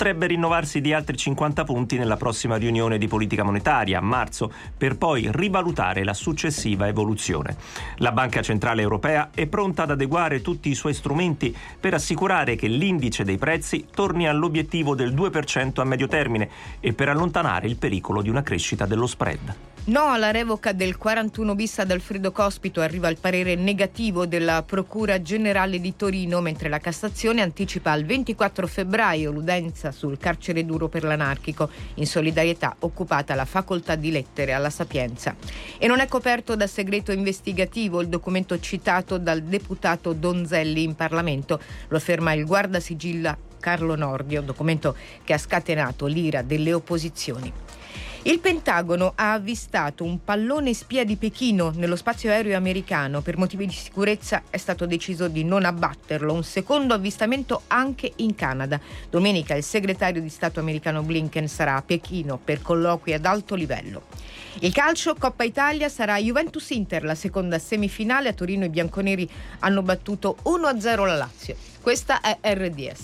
potrebbe rinnovarsi di altri 50 punti nella prossima riunione di politica monetaria a marzo, per poi rivalutare la successiva evoluzione. La Banca Centrale Europea è pronta ad adeguare tutti i suoi strumenti per assicurare che l'indice dei prezzi torni all'obiettivo del 2% a medio termine e per allontanare il pericolo di una crescita dello spread. No alla revoca del 41 bis ad Alfredo Cospito, arriva il parere negativo della Procura Generale di Torino, mentre la Cassazione anticipa al 24 febbraio l'udenza sul carcere duro per l'anarchico. In solidarietà occupata la facoltà di lettere alla Sapienza. E non è coperto da segreto investigativo il documento citato dal deputato Donzelli in Parlamento, lo afferma il guardasigilla Carlo Nordio, documento che ha scatenato l'ira delle opposizioni. Il Pentagono ha avvistato un pallone spia di Pechino nello spazio aereo americano. Per motivi di sicurezza è stato deciso di non abbatterlo. Un secondo avvistamento anche in Canada. Domenica il segretario di Stato americano Blinken sarà a Pechino per colloqui ad alto livello. Il calcio, Coppa Italia, sarà Juventus-Inter, la seconda semifinale. A Torino i bianconeri hanno battuto 1-0 la Lazio. Questa è RDS.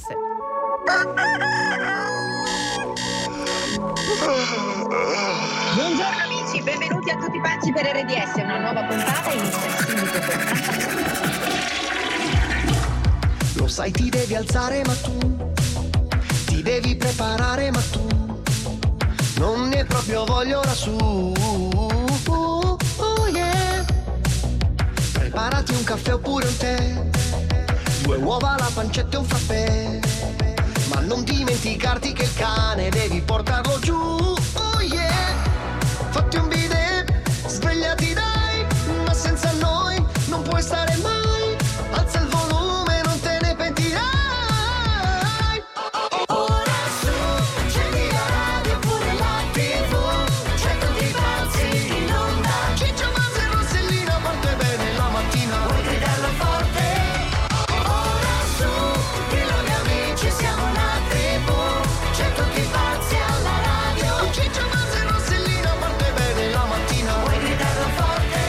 Buongiorno amici, benvenuti a tutti pazzi per RDS, una nuova puntata inizia subito con... Lo sai, ti devi alzare ma tu ti devi preparare ma tu non ne proprio voglio lassù. Yeah. Preparati un caffè oppure un tè, 2 uova, la pancetta e un frappè, ma non dimenticarti che il cane devi portarlo giù. Oh yeah. Fatti un bidet, svegliati dai, ma senza noi non puoi stare mai. Alza il volume, non te ne pentirai. Ora su, accendi la radio pure la TV, c'è tutti i pazzi in onda. Ciccio, Manzo e Rossellino, parte bene la mattina. Vuoi gridarlo forte? Ora su, dillo agli amici, siamo una tribù, c'è tutti i pazzi alla radio. Ciccio, Manzo e Rossellino, parte bene la mattina. Vuoi gridarlo forte?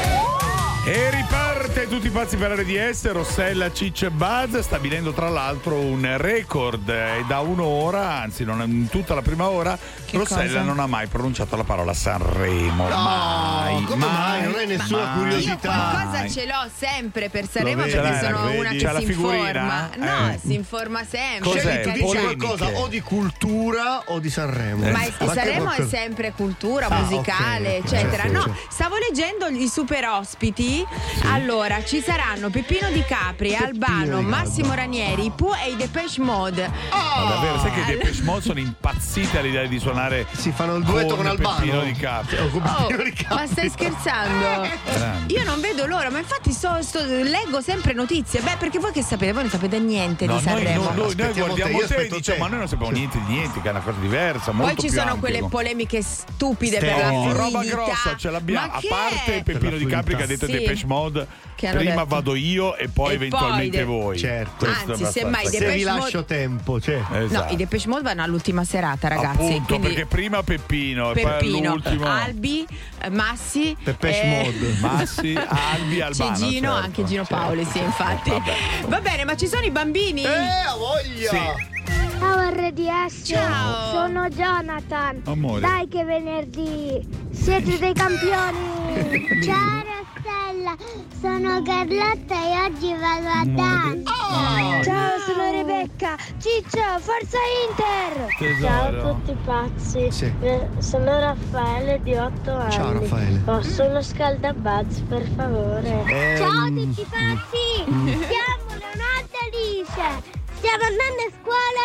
E riparte tutti pazzi per RDS. Rossella, Ciccio e Buzz, stabilendo tra l'altro un record. Da un'ora, anzi non in tutta la prima ora, Che Rossella cosa? non ha mai pronunciato la parola Sanremo. No, come mai? Non hai nessuna curiosità. Io qualcosa Mai. ce l'ho sempre per Sanremo, Lo perché vedi, sono vedi? una che C'ha la si figurina? informa. No, si informa sempre. Cos'è? per Tu dici carità. Polemiche. qualcosa o di cultura o di Sanremo. Ma che Sanremo è qualcosa- sempre cultura, Ah, musicale, ok, ok, eccetera. certo, No, certo. stavo leggendo i super ospiti. Allora, ci saranno Peppino Di Capri, Albano, Di Massimo Ranieri, i Pooh e i Depeche Mode. Ma davvero, sai che i Depeche Mode sono impazziti all'idea di suonare Si fanno il duetto con Albano. Peppino Di Capri. O con Oh, Peppino Di Capri. ma stai scherzando? Grande. Io non vedo l'ora, ma infatti leggo sempre notizie. Beh, perché voi che sapete? Voi non sapete niente No, di noi Sanremo. guardiamo Io te e aspetto diciamo, te. ma noi non sappiamo niente di niente, che è una cosa diversa, molto Poi ci più sono ampio. quelle polemiche stupide per la No, fluidità. roba grossa ce l'abbiamo. Ma A che parte è? Peppino Di Capri che ha detto Sì. Depeche Mode, Che hanno prima detto. vado io e poi E eventualmente poi voi. Certo. Questo è Anzi, abbastanza semmai chiaro. Se Depeche vi Mode- lascio tempo, cioè. Esatto. No, i Depeche Mode vanno all'ultima serata, ragazzi. Appunto, quindi perché prima Peppino, e poi Peppino, all'ultimo Albi, Massi, Depeche Mode. Massi, Albi, Albano. c'è Gino, certo. anche Gino Paoli, sì, infatti. Vabbè. Va bene, ma ci sono i bambini? A voglia! Sì. Ciao RDS, Ciao. sono Jonathan. Amore. Dai che venerdì, siete dei campioni. Ciao Rossella, sono Carlotta e oggi vado a danza. Ciao, sono Rebecca. Ciccio, forza Inter. Tesoro. Ciao a tutti pazzi. Sì. Sono Raffaele di 8 anni. Ciao, Raffaele. Posso uno scaldabuzz per favore? Ciao a tutti pazzi. Siamo Leonardo e Alice. Stiamo andando a scuola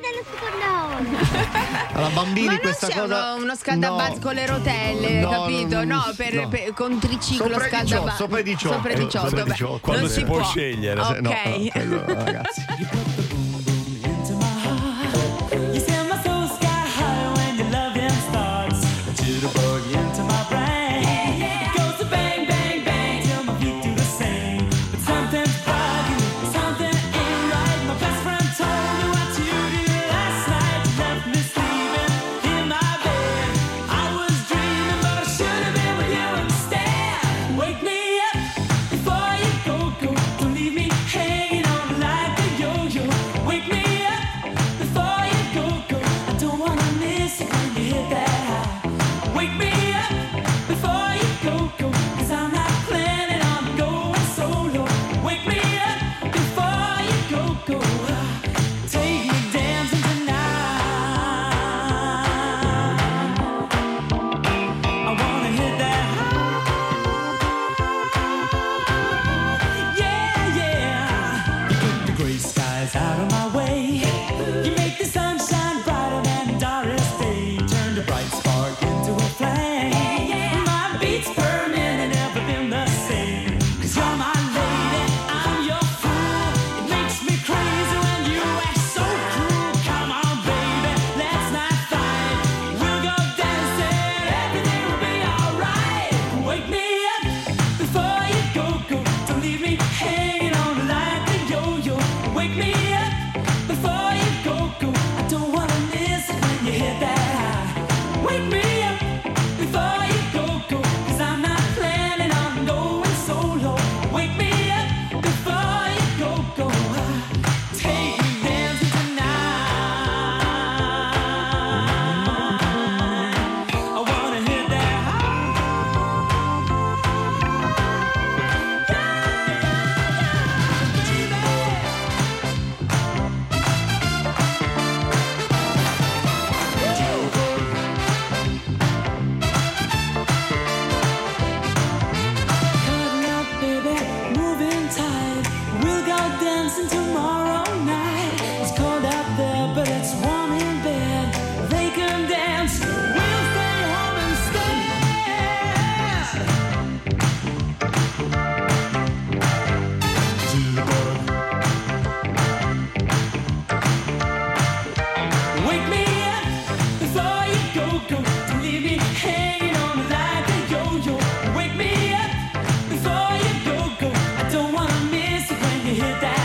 e vi vedo la seconda ora. Alla bambini Ma non questa c'è cosa. uno scaldabuzz No. con le rotelle, No, capito? No, no. con triciclo Sopra i 18, scaldabuzz. sopra i 18. Sopra i 18, Sopra i beh, 18. Quando non si può scegliere. Ok. No, quello, ragazzi. You send my soul sky high when your loving starts to the boogie into my brain. It goes to bang, bang, bang till my feet do the same. But something's bugging, something ain't right. My best friend told me what you did last night. You left me sleeping in my bed. I was dreaming, but I should have been with you instead. Wake me up before you go. Don't leave me hanging on like a yo-yo. wake me up before you go, 'cause I'm not planning on going solo. Wake me up before you go. Take me dancing tonight. I wanna hit that tomorrow night. It's cold out there, but it's warm in bed. They can dance, we'll stay home instead. Wake me up before you go. Don't leave me hanging on like a yo-yo. Wake me up before you go. I don't wanna miss it when you hit that.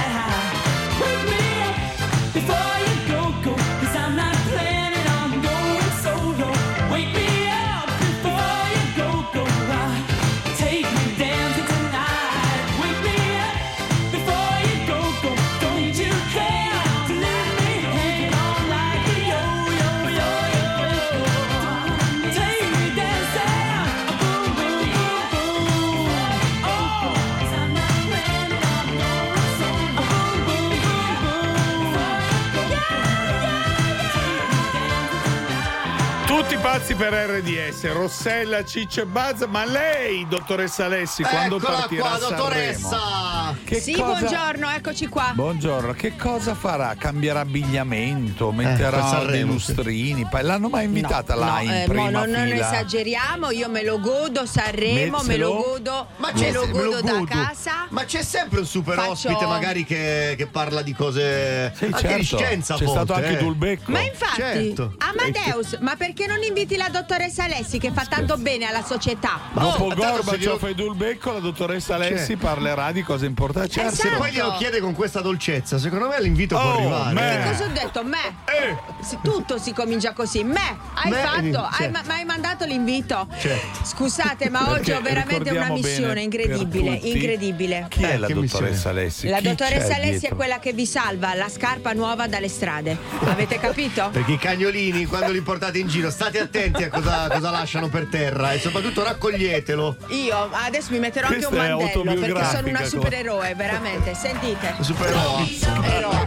Tutti pazzi per RDS, Rossella, Ciccio e Buzz, ma lei, dottoressa Alessi, quando Eccola partirà qua, a Sanremo? dottoressa! Sì, buongiorno, eccoci qua. Buongiorno, che cosa farà? Cambierà abbigliamento, per metterà Sanremo, dei lustrini? L'hanno mai invitata là in prima non fila? esageriamo, io me lo godo Sanremo, me lo godo, da casa. Ma c'è sempre un super Faccio- ospite magari che parla di cose Sì, anche di certo. scienza a C'è volte, stato anche Dulbecco. Ma infatti, Certo. Amadeus, ma perché non inviti la dottoressa Alessi che fa tanto bene alla società? Dopo tanto se Gorbaciov glielo- e Dulbecco, la dottoressa Alessi parlerà di cose importanti. Certo. Se poi glielo chiede con questa dolcezza, secondo me l'invito può arrivare. me. Cosa ho detto? Tutto si comincia così. Hai Me, fatto? certo. Ma hai mandato l'invito? Certo. Scusate, ma oggi Perché ho veramente una ricordiamo missione bene incredibile, per tutti incredibile. Chi è la che dottoressa missione? Alessi? La Chi dottoressa c'è Alessi dietro? è quella che vi salva la scarpa nuova dalle strade. Avete capito? Perché i cagnolini, quando li portate in giro, state attenti a cosa lasciano per terra e soprattutto raccoglietelo. Io adesso mi metterò anche Questa un è mandello perché sono una autobiografica, supereroe, veramente. Sentite. Supereroe.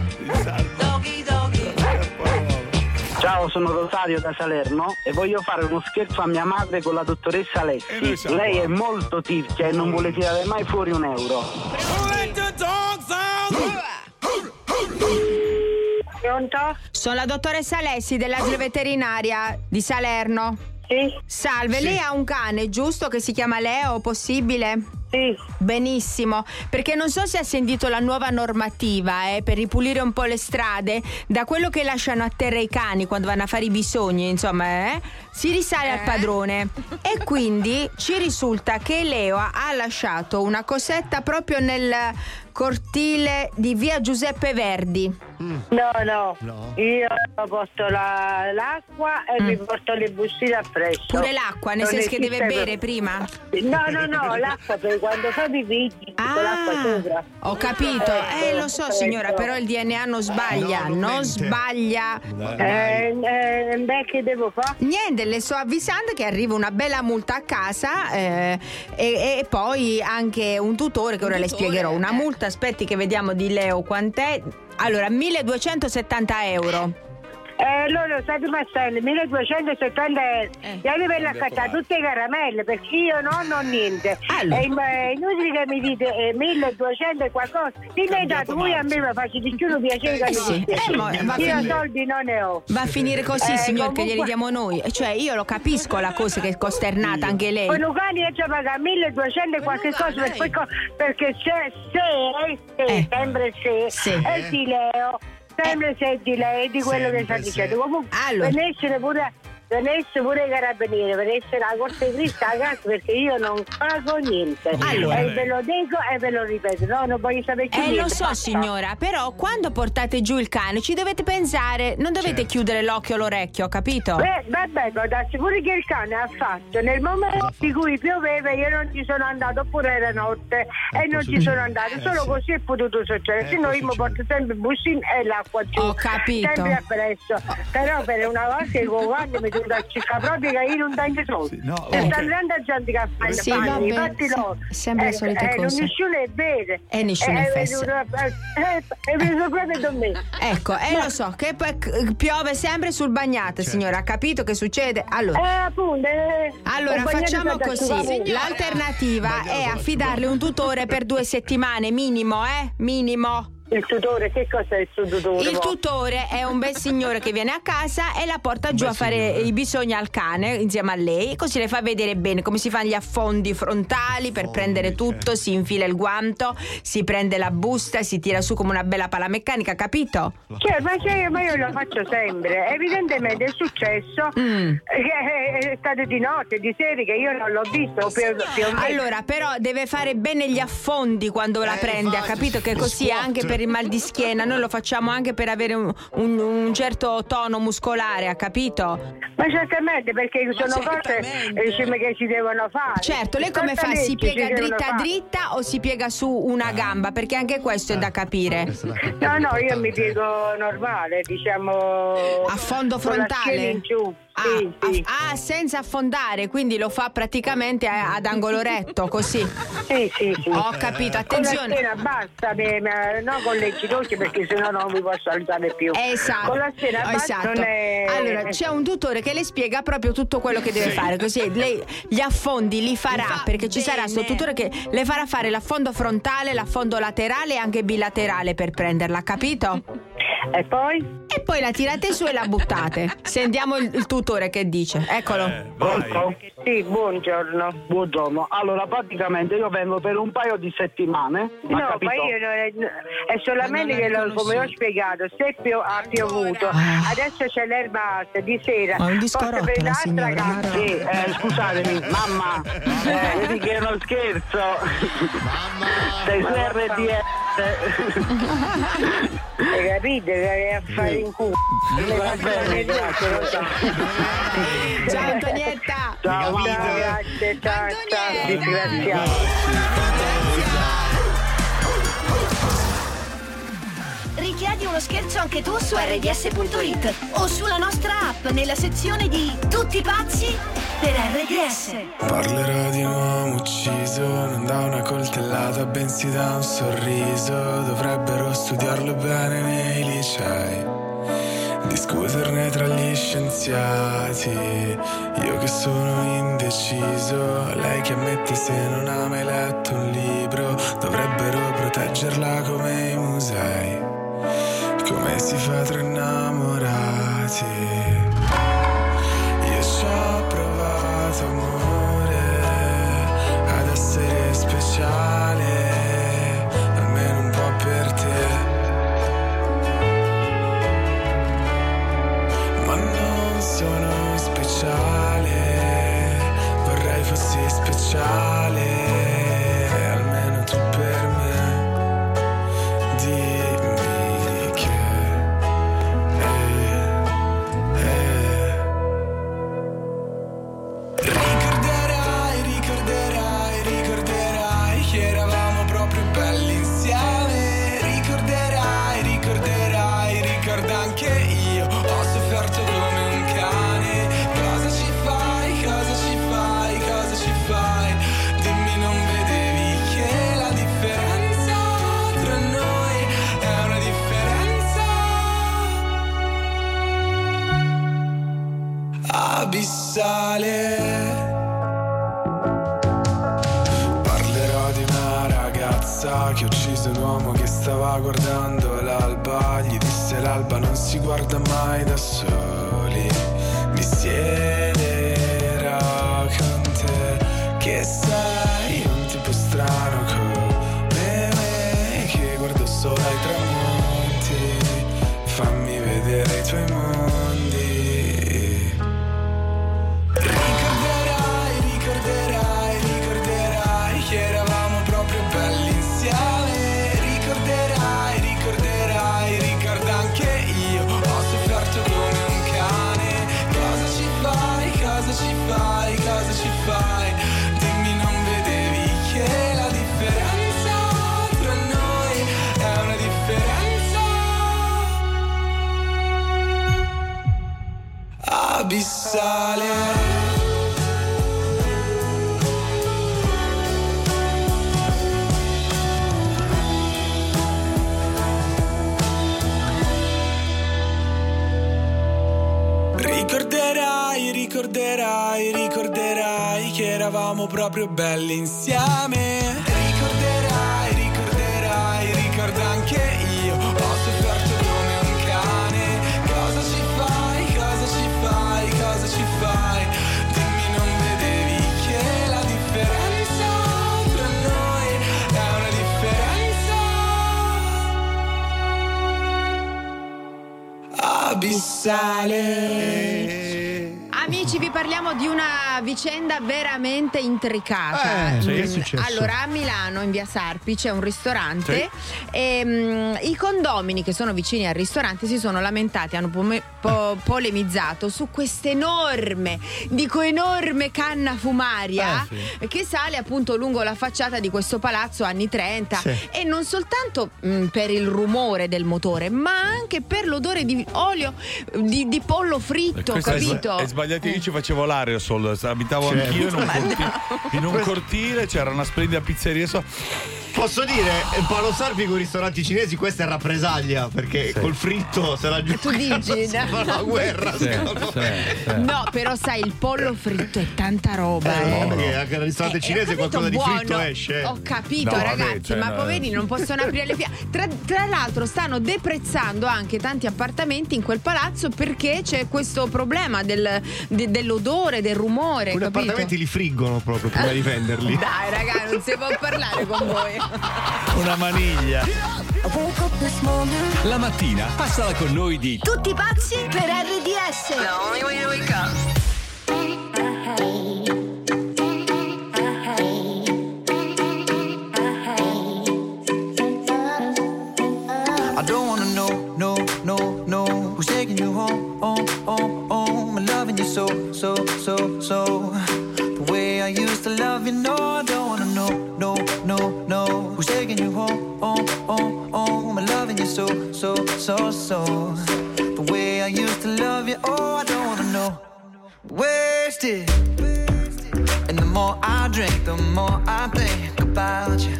Ciao, sono Rosario da Salerno e voglio fare uno scherzo a mia madre con la dottoressa E noi Alessi. siamo Lei qua. è molto tirchia e non vuole tirare mai fuori un euro. Pronto? Sono la dottoressa Alessi dell'asilo veterinaria di Salerno. Sì, Salve, lei ha un cane, giusto? Che si chiama Leo, possibile? sì. Benissimo, perché non so se ha sentito la nuova normativa per ripulire un po' le strade. Da quello che lasciano a terra i cani quando vanno a fare i bisogni, insomma, si risale al padrone. E quindi ci risulta che Leo ha lasciato una cosetta proprio nel cortile di via Giuseppe Verdi. No. Io porto l'acqua e mi porto le bustine appresso. Pure l'acqua, nel Non senso che deve esiste- bere prima? No, l'acqua per quando fa pipì, con l'acqua sopra. Ho capito. Lo so signora, però il DNA non sbaglia, No, non non mente. sbaglia. Beh, che devo fare? Niente, le sto avvisando che arriva una bella multa a casa e poi anche un tutore che ora le spiegherò. Una multa, aspetti che vediamo di Leo quant'è. Allora, 1.270 euro. Loro state passando 1.270 euro. Io per l'accattare tutte le caramelle perché io non ho niente. Allora. È inutile che mi dite 1.200 e qualcosa. Se mi hai dato voi a me mi faccio di più un piacere che Sì. mi dite. Va a Io finire- soldi non ne ho. Va a finire così, signor, che glieli comunque- diamo noi. Cioè, io lo capisco la cosa che è costernata anche lei. Con Lucani io ci ho pagato 1.200 e qualche cosa perché se sempre se Sì. è di Leo, sempre se è di lei, di quello che sta dicendo. Comunque Allora. per essere pure venisse pure i carabinieri, venisse la Corte di Cristo a casa perché io non pago niente. Allora. E ve lo dico e ve lo ripeto, no, non voglio sapere più niente. Lo so, signora, però quando portate giù il cane ci dovete pensare, non dovete chiudere l'occhio o l'orecchio, capito? Vabbè, può darsi pure che il cane ha fatto nel momento in cui pioveva, io non ci sono andato, oppure era notte e non ci sono andato, solo così è potuto succedere. Se no io mi porto sempre il busino e l'acqua giù. Ho capito. Sempre appresso. Però per una volta che con guardi mi devo circa proprio che io non tengo soldi. No, sta andando a gente che fa Sì, i panni, vabbè, infatti sì, loro. sempre le solite cose. Nessuno è vero. E nessuno è fesso. E mi sono proprio con me. Ecco, lo so, che poi piove sempre sul bagnate, signora, ha capito che succede? Allora, allora facciamo così, l'alternativa è affidarle un tutore per 2 settimane, minimo, minimo. Il tutore, che cosa è il tutore? Il tutore è un bel signore che viene a casa e la porta giù a fare i bisogni al cane insieme a lei, così le fa vedere bene come si fanno gli affondi frontali per prendere tutto, si infila il guanto, si prende la busta, si tira su come una bella pala meccanica, capito? Ma io lo faccio sempre. Evidentemente è successo che è stato di notte, di sera, che io non l'ho visto. Allora, però deve fare bene gli affondi quando la prende, ha capito? Che così anche per il mal di schiena, noi lo facciamo anche per avere un certo tono muscolare, ha capito? Ma certamente, perché sono cose che si devono fare. Certo, lei come fa? Si piega dritta o si piega su una gamba? Perché anche questo è da capire. No, io mi piego normale, diciamo a fondo frontale. In giù. Sì. Senza affondare, quindi lo fa praticamente ad angolo retto, così. Sì. Ho capito, attenzione. Con la schiena basta, no con le ginocchia, perché sennò non mi posso alzare più. Esatto. Con la schiena basta non è... Allora, c'è un tutore che le spiega proprio tutto quello che deve fare, così lei gli affondi li farà, perché ci sarà sto tutore che le farà fare l'affondo frontale, l'affondo laterale e anche bilaterale per prenderla, capito? E poi? E poi la tirate su e la buttate. Sentiamo il tutore che dice. Eccolo. Sì, buongiorno. Allora, praticamente io vengo per un paio di settimane. No, ma io è solamente che come ho spiegato, se ha piovuto, adesso c'è l'erba alta di sera. Ma un disco rotto la signora. Sì, scusatemi, mamma, vedi che è uno scherzo. Mamma. Sei su RDS. Hai capito? Che a fare in culo. Va bene, grazie, lo so. Ciao Antonietta. Ciao, grazie, ciao, disgraziato. Richiedi uno scherzo anche tu su rds.it o sulla nostra app nella sezione di Tutti pazzi per RDS. Parlerò di un uomo ucciso non da una coltellata bensì da un sorriso. Dovrebbero studiarlo bene nei licei, discuterne tra gli scienziati. Io che sono indeciso, lei che ammette se non ha mai letto un libro. Dovrebbero proteggerla come i musei, come si fa tra innamorati. Io ci ho provato amore ad essere speciale, almeno un po' per te, ma non sono speciale, vorrei fossi speciale. Parlerò di una ragazza che ha ucciso un uomo che stava guardando l'alba. Gli disse l'alba non si guarda mai da soli. Mi siederò con te, che sei un tipo strano come me, che guardo solo ai tramonti. Fammi vedere i tuoi mondi. abissale. Ricorderai che eravamo proprio belli insieme. Ricorda anche io, ho sofferto come un cane. Cosa ci fai? Dimmi, non vedevi che la differenza tra noi è una differenza abissale. Amici, vi parliamo di una vicenda veramente intricata. Che è successo? Allora, a Milano, in via Sarpi, c'è un ristorante e i condomini che sono vicini al ristorante si sono lamentati, hanno polemizzato su questa enorme canna fumaria che sale appunto lungo la facciata di questo palazzo anni 30 e non soltanto per il rumore del motore, ma anche per l'odore di olio di pollo fritto, capito? È sbagliato, io ci facevo l'aerosol, abitavo anch'io in un cortile, c'era una splendida pizzeria. Posso dire, Paolo Sarpi con i ristoranti cinesi, questa è rappresaglia, perché col fritto se la tu dici, si fa la guerra, secondo me. No, però sai, il pollo fritto è tanta roba. Perché anche al ristorante cinese qualcosa di fritto esce. Ho capito, ragazzi, ma poverini non possono aprire le fiamme. Tra l'altro stanno deprezzando anche tanti appartamenti in quel palazzo perché c'è questo problema dell'odore, del rumore. Alcuni appartamenti li friggono proprio prima di venderli. Dai, ragazzi, non si può parlare con voi. Una maniglia. La mattina passala con noi di Tutti pazzi per RDS. The only way to wake up. I don't wanna know who's taking you home, I'm loving you so. The way I used to love you, no, I don't wanna know who's taking you home, I'm loving you so. The way I used to love you, oh, I don't wanna know. Wasted, and the more I drink, the more I think about you.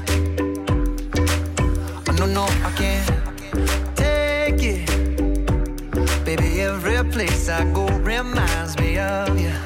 Oh, no, I can't take it. Baby, every place I go reminds me of you.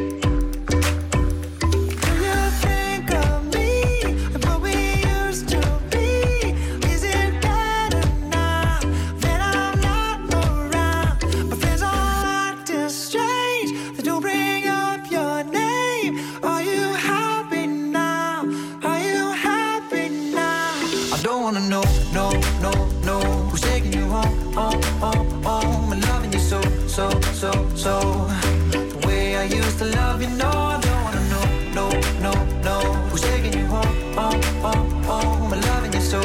So the way I used to love you, no, I don't wanna know who's taking you home, I'm loving you so.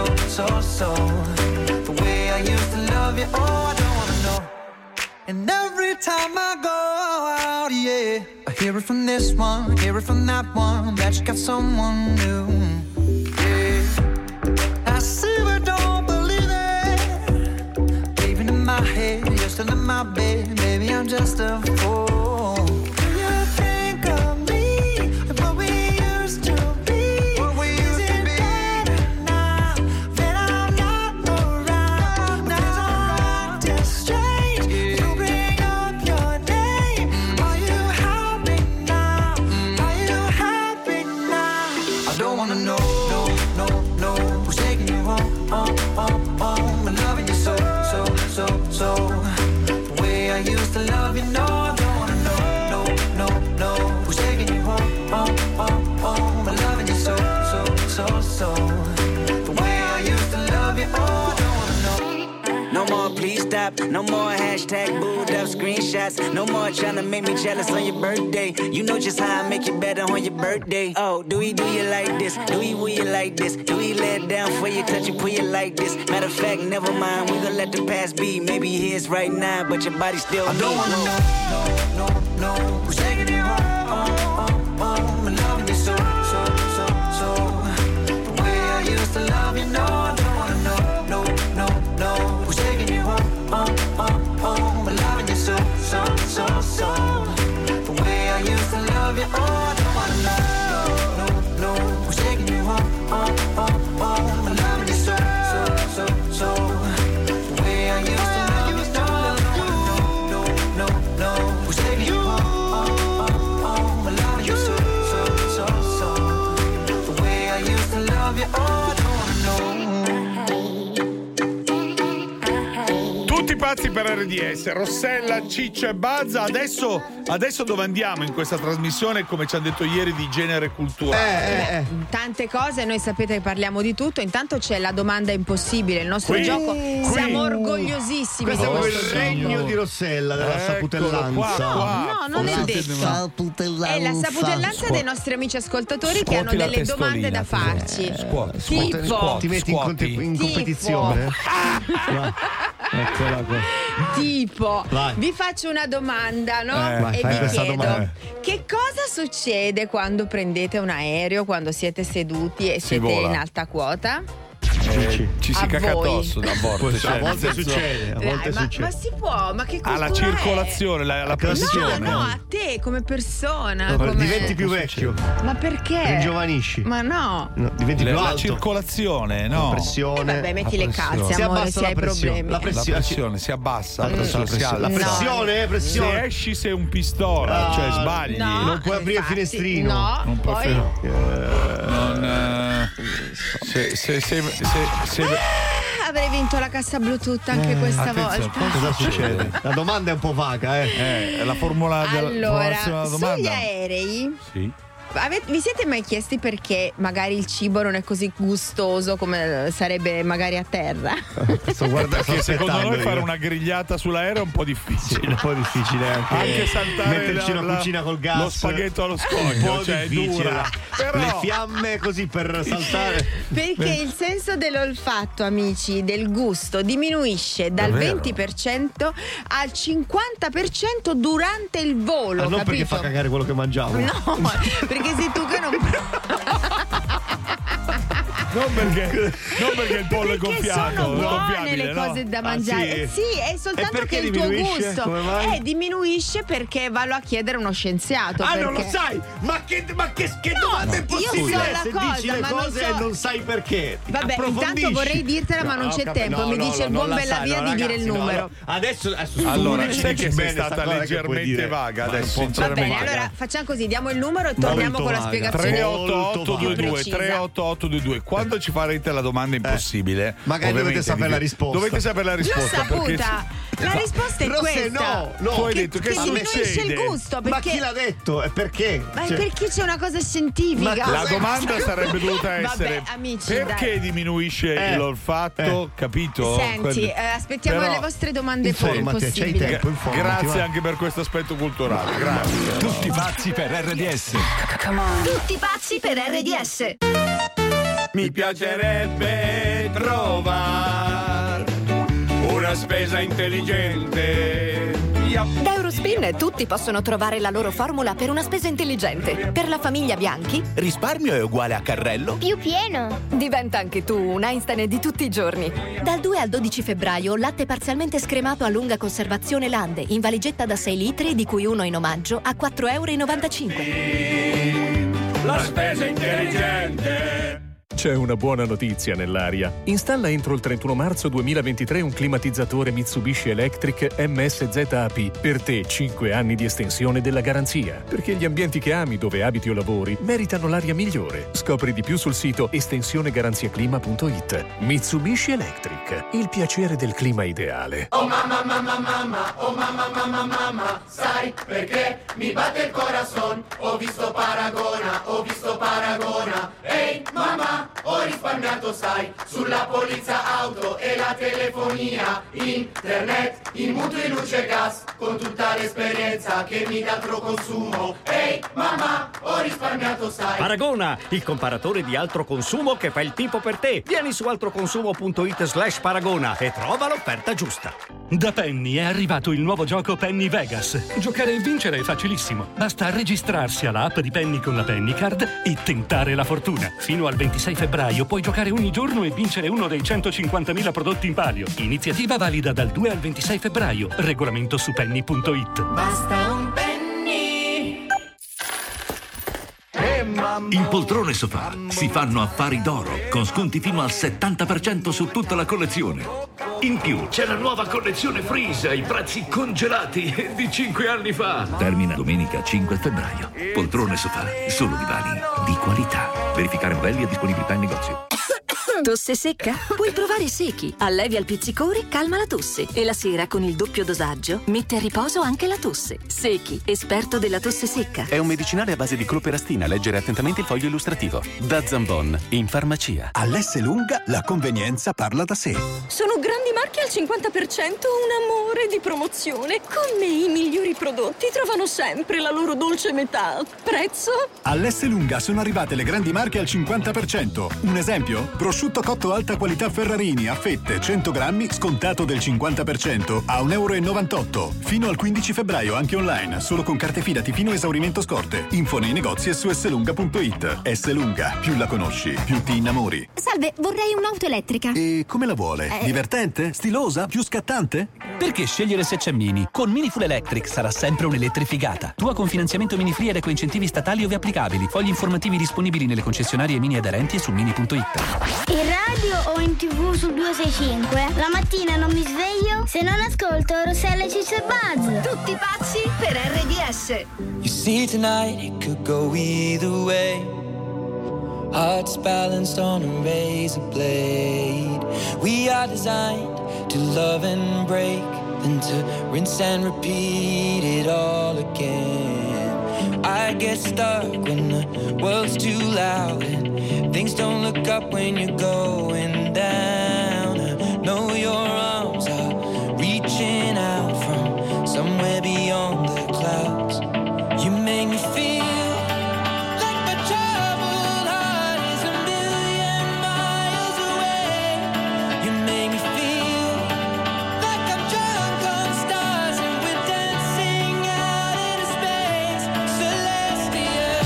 The way I used to love you, oh, I don't wanna know. And every time I go out, yeah, I hear it from this one, hear it from that one, that you got someone new. I see but don't believe it. Even in my head, you're still in my bed. Baby, I'm just a fool. You think of me and what we used to be. Is it better now that I'm not around? Now I'm acting strange. You bring up your name. Are you happy now? Are you happy now? I don't wanna know who's taking you home, I'm loving you so. The way I used to love you, no, I don't wanna know who's taking you home, I'm loving you so. The way I used to love you, oh, I don't wanna know. No more please stop, no more hashtag booed up screenshots. No more trying to make me jealous on your birthday. You know just how I make you better on your birthday. Oh, do you like this? Do you will you like this? Do you let it down for you, touch you, pull you like this? Matter of fact, never mind, we gon' let the past be. Maybe here's right now, but your body still I don't wanna know who's taking you home, I'm loving you so. The way I used to love you, no, I don't wanna know who's taking you home, I'm loving you so. love you. Oh, I don't wanna know, no, who's taking you home, I'm loving you so. The way I used to love you, no, who's taking you home, I'm loving you so. The way I used to love you, oh, I don't wanna know. Tutti pazzi per RDS, Rossella, Ciccio e Bazza. Adesso dove andiamo in questa trasmissione, come ci hanno detto ieri, di genere culturale? Tante cose, noi sapete che parliamo di tutto. Intanto c'è la domanda impossibile, il nostro gioco. Siamo orgogliosissimi di Questo è questo il regno gioco. di Rossella, della saputellanza. No, non è detto. È la saputellanza dei nostri amici ascoltatori che hanno delle domande da farci. Tipo, Ti metti in competizione? Eccola qua. Tipo, Vai. vi faccio una domanda, no? Vai, e fai vi questa chiedo domanda. che cosa succede quando prendete un aereo, quando siete seduti e siete vola. in alta quota? Ci si A caca voi. addosso a volte. A volte succede, a volte Dai, succede. ma si può, ma che cultura La è? circolazione, la pressione. No, a te come persona. Diventi più vecchio, Ma perché? ringiovanisci. Ma no. No, diventi più La alto. circolazione, no? La pressione. Vabbè, metti le calze, Si amore, abbassa se hai la pressione. problemi. La La pressione si abbassa, la pressione si alza. La pressione, Se esci sei un pistola, cioè sbagli. No, non puoi aprire il infatti, finestrino. No, Non puoi poi... Avrei vinto la cassa Bluetooth anche questa attenzione, volta. Cosa succede? La domanda è un po' vaga, la formula della Allora, domanda. sugli aerei Sì. vi siete mai chiesti perché magari il cibo non è così gustoso come sarebbe magari a terra? Sto guardando, Perché secondo noi aspettando fare io. una grigliata sull'aereo è un po' difficile. Un po' difficile Anche saltare metterci una cucina col gas, lo spaghetto allo un scoglio, po' cioè è difficile. dura. Però Le fiamme così per saltare. Perché il senso dell'olfatto, amici, del gusto diminuisce dal Davvero? 20% al 50% durante il volo, Non capito? perché fa cagare quello che mangiamo. No, perché sei tu che non non perché il pollo è gonfiato, sono è buone gonfiabile, le no? cose da mangiare. sì? Sì, è soltanto E perché che il tuo diminuisce? gusto Come mai? diminuisce perché vallo a chiedere a uno scienziato. Ah, perché... non lo sai? Ma che No, domanda è io possibile? so la Se cosa, dici le ma non cose so- e non sai perché. Vabbè, Approfondisci. intanto vorrei dirtela, ma non No, c'è ho tempo. capito. Mi dice il buon Bellavia di dire il numero. Adesso Allora, studici sai che sei bene sta stata cosa che puoi leggermente dire. vaga Ma adesso, un po' Va bene, sinceramente. allora facciamo così, diamo il numero e torniamo con la vaga. spiegazione. 38822 precisa. 38822. Quando ci farete la domanda impossibile, magari dovete ovviamente sapere la risposta. Dovete sapere la L'ho risposta perché saputa. La risposta è Rosse, questa. no, tu hai detto che diminuisce succede? il gusto Ma perché chi l'ha detto? E perché? Ma è Cioè, perché c'è una cosa scientifica. La domanda sarebbe dovuta essere Vabbè, amici, perché dai. diminuisce l'olfatto, capito? Senti, aspettiamo Però- le vostre domande informati, c'hai possibili. tempo, informati, Grazie va. anche per questo aspetto culturale. Grazie. Tutti pazzi per RDS. Tutti pazzi per RDS. Mi piacerebbe trovare una spesa intelligente. Da Eurospin tutti possono trovare la loro formula per una spesa intelligente. Per la famiglia Bianchi Risparmio è uguale a carrello? Più pieno. diventa anche tu un Einstein di tutti i giorni. Dal 2 al 12 febbraio latte parzialmente scremato a lunga conservazione Lande in valigetta da 6 litri, di cui uno in omaggio, a €4,95. La spesa intelligente. C'è una buona notizia nell'aria. Installa entro il 31 marzo 2023 un climatizzatore Mitsubishi Electric MSZAP. Per te 5 anni di estensione della garanzia. Perché gli ambienti che ami, dove abiti o lavori, meritano l'aria migliore. Scopri di più sul sito estensionegaranziaclima.it. Mitsubishi Electric. Il piacere del clima ideale. Oh mamma, mamma, mamma, oh mamma, mamma, mamma, sai perché mi batte il corazon? Ho visto Paragona, ehi mamma, ho risparmiato sai, sulla polizza auto e la telefonia, internet, i mutui, luce e gas, con tutta l'esperienza che mi dà altro consumo, ehi mamma, ho risparmiato sai. Paragona, il comparatore di altro consumo che fa il tipo per te. Vieni su altroconsumo.it/paragona e trova l'offerta giusta. Da Penny è arrivato il nuovo gioco Penny Vegas. Giocare e vincere è facilissimo. Basta registrarsi alla app di Penny con la Penny Card e tentare la fortuna. Fino al 26 febbraio puoi giocare ogni giorno e vincere uno dei 150.000 prodotti in palio. Iniziativa valida dal 2 al 26 febbraio. Regolamento su penny.it. Basta un penny. In Poltrone Sofà si fanno affari d'oro con sconti fino al 70% su tutta la collezione. In più c'è la nuova collezione Freeze ai prezzi congelati di 5 anni fa. Termina domenica 5 febbraio. Poltrone Sofà, solo divani di qualità. Verificare modelli e disponibilità in negozio. Tosse secca? Puoi provare Secchi. Allevia il pizzicore, calma la tosse. E la sera, con il doppio dosaggio, mette a riposo anche la tosse. Secchi, esperto della tosse secca. È un medicinale a base di cloperastina. Leggere attentamente il foglio illustrativo. Da Zambon, in farmacia. All'S lunga la convenienza parla da sé. Sono grandi marche al 50%, un amore di promozione. Con me i migliori prodotti trovano sempre la loro dolce metà. Prezzo? All'S lunga sono arrivate le grandi marche al 50%. Un esempio? Prosciutto cotto alta qualità Ferrarini a fette 100 grammi scontato del 50% a €1,98. Fino al 15 febbraio anche online, solo con carte Fidati fino a esaurimento scorte. Info nei negozi e su slunga.it. S Lunga, più la conosci, più ti innamori. Salve, vorrei un'auto elettrica. E come la vuole? Divertente? Stilosa? Più scattante? Perché scegliere se c'è Mini? Con Mini Full Electric sarà sempre un'elettrificata. Tua con finanziamento Mini Free ed ecoincentivi statali ove applicabili. Fogli informativi disponibili nelle concessionarie Mini aderenti e su mini.it. In radio o in TV sul 265? La mattina non mi sveglio se non ascolto Rossella, Ciccio e Buzz. Tutti pazzi per RDS. You see tonight it could go either way. Hearts balanced on a razor blade. We are designed to love and break, then to rinse and repeat it all again. I get stuck when the world's too loud and things don't look up when you're going down. I know your arms are reaching out from somewhere beyond the clouds. You make me feel like my troubled heart is a million miles away. You make me feel like I'm drunk on stars and we're dancing out into space, celestial.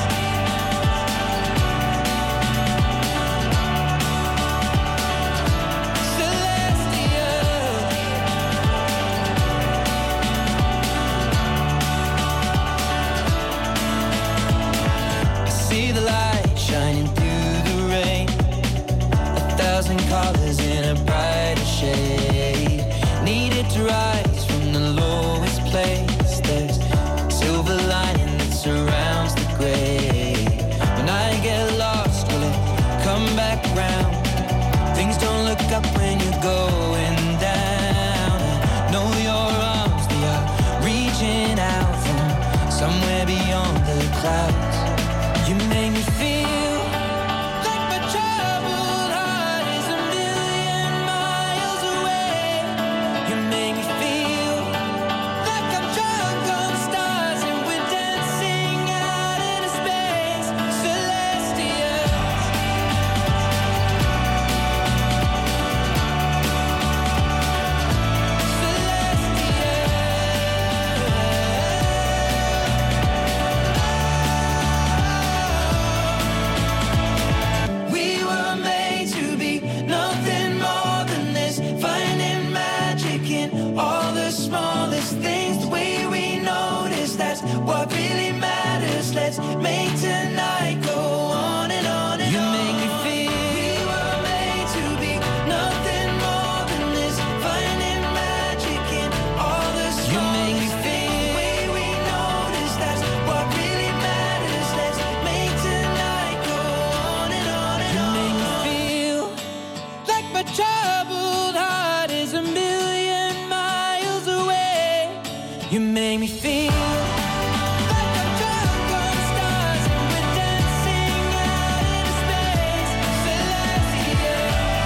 See the light shining through the rain, 1,000 colors in a brighter shade. Needed to rise from the lowest place. There's silver lining that surrounds the gray. When I get lost, will it come back round? Things don't look up when you're going down. I know your arms, they are reaching out from somewhere beyond the clouds. You make me feel like my troubled heart is a million miles away. You make me feel like I'm drunk on stars and we're dancing out into space, celestial. We were made to be nothing more than this, finding magic in all the smallest things. The way we notice, that's what really matters. Let's make tonight go on and on and on. You make me feel we were made to be nothing more than this, finding magic in all the smallest things. You make me feel the way we notice, that's what really matters. Let's make tonight go on and on and on. You make me feel like my troubled heart is a million miles away. You make me feel like I'm drunk on stars and we're dancing out into space, celestial.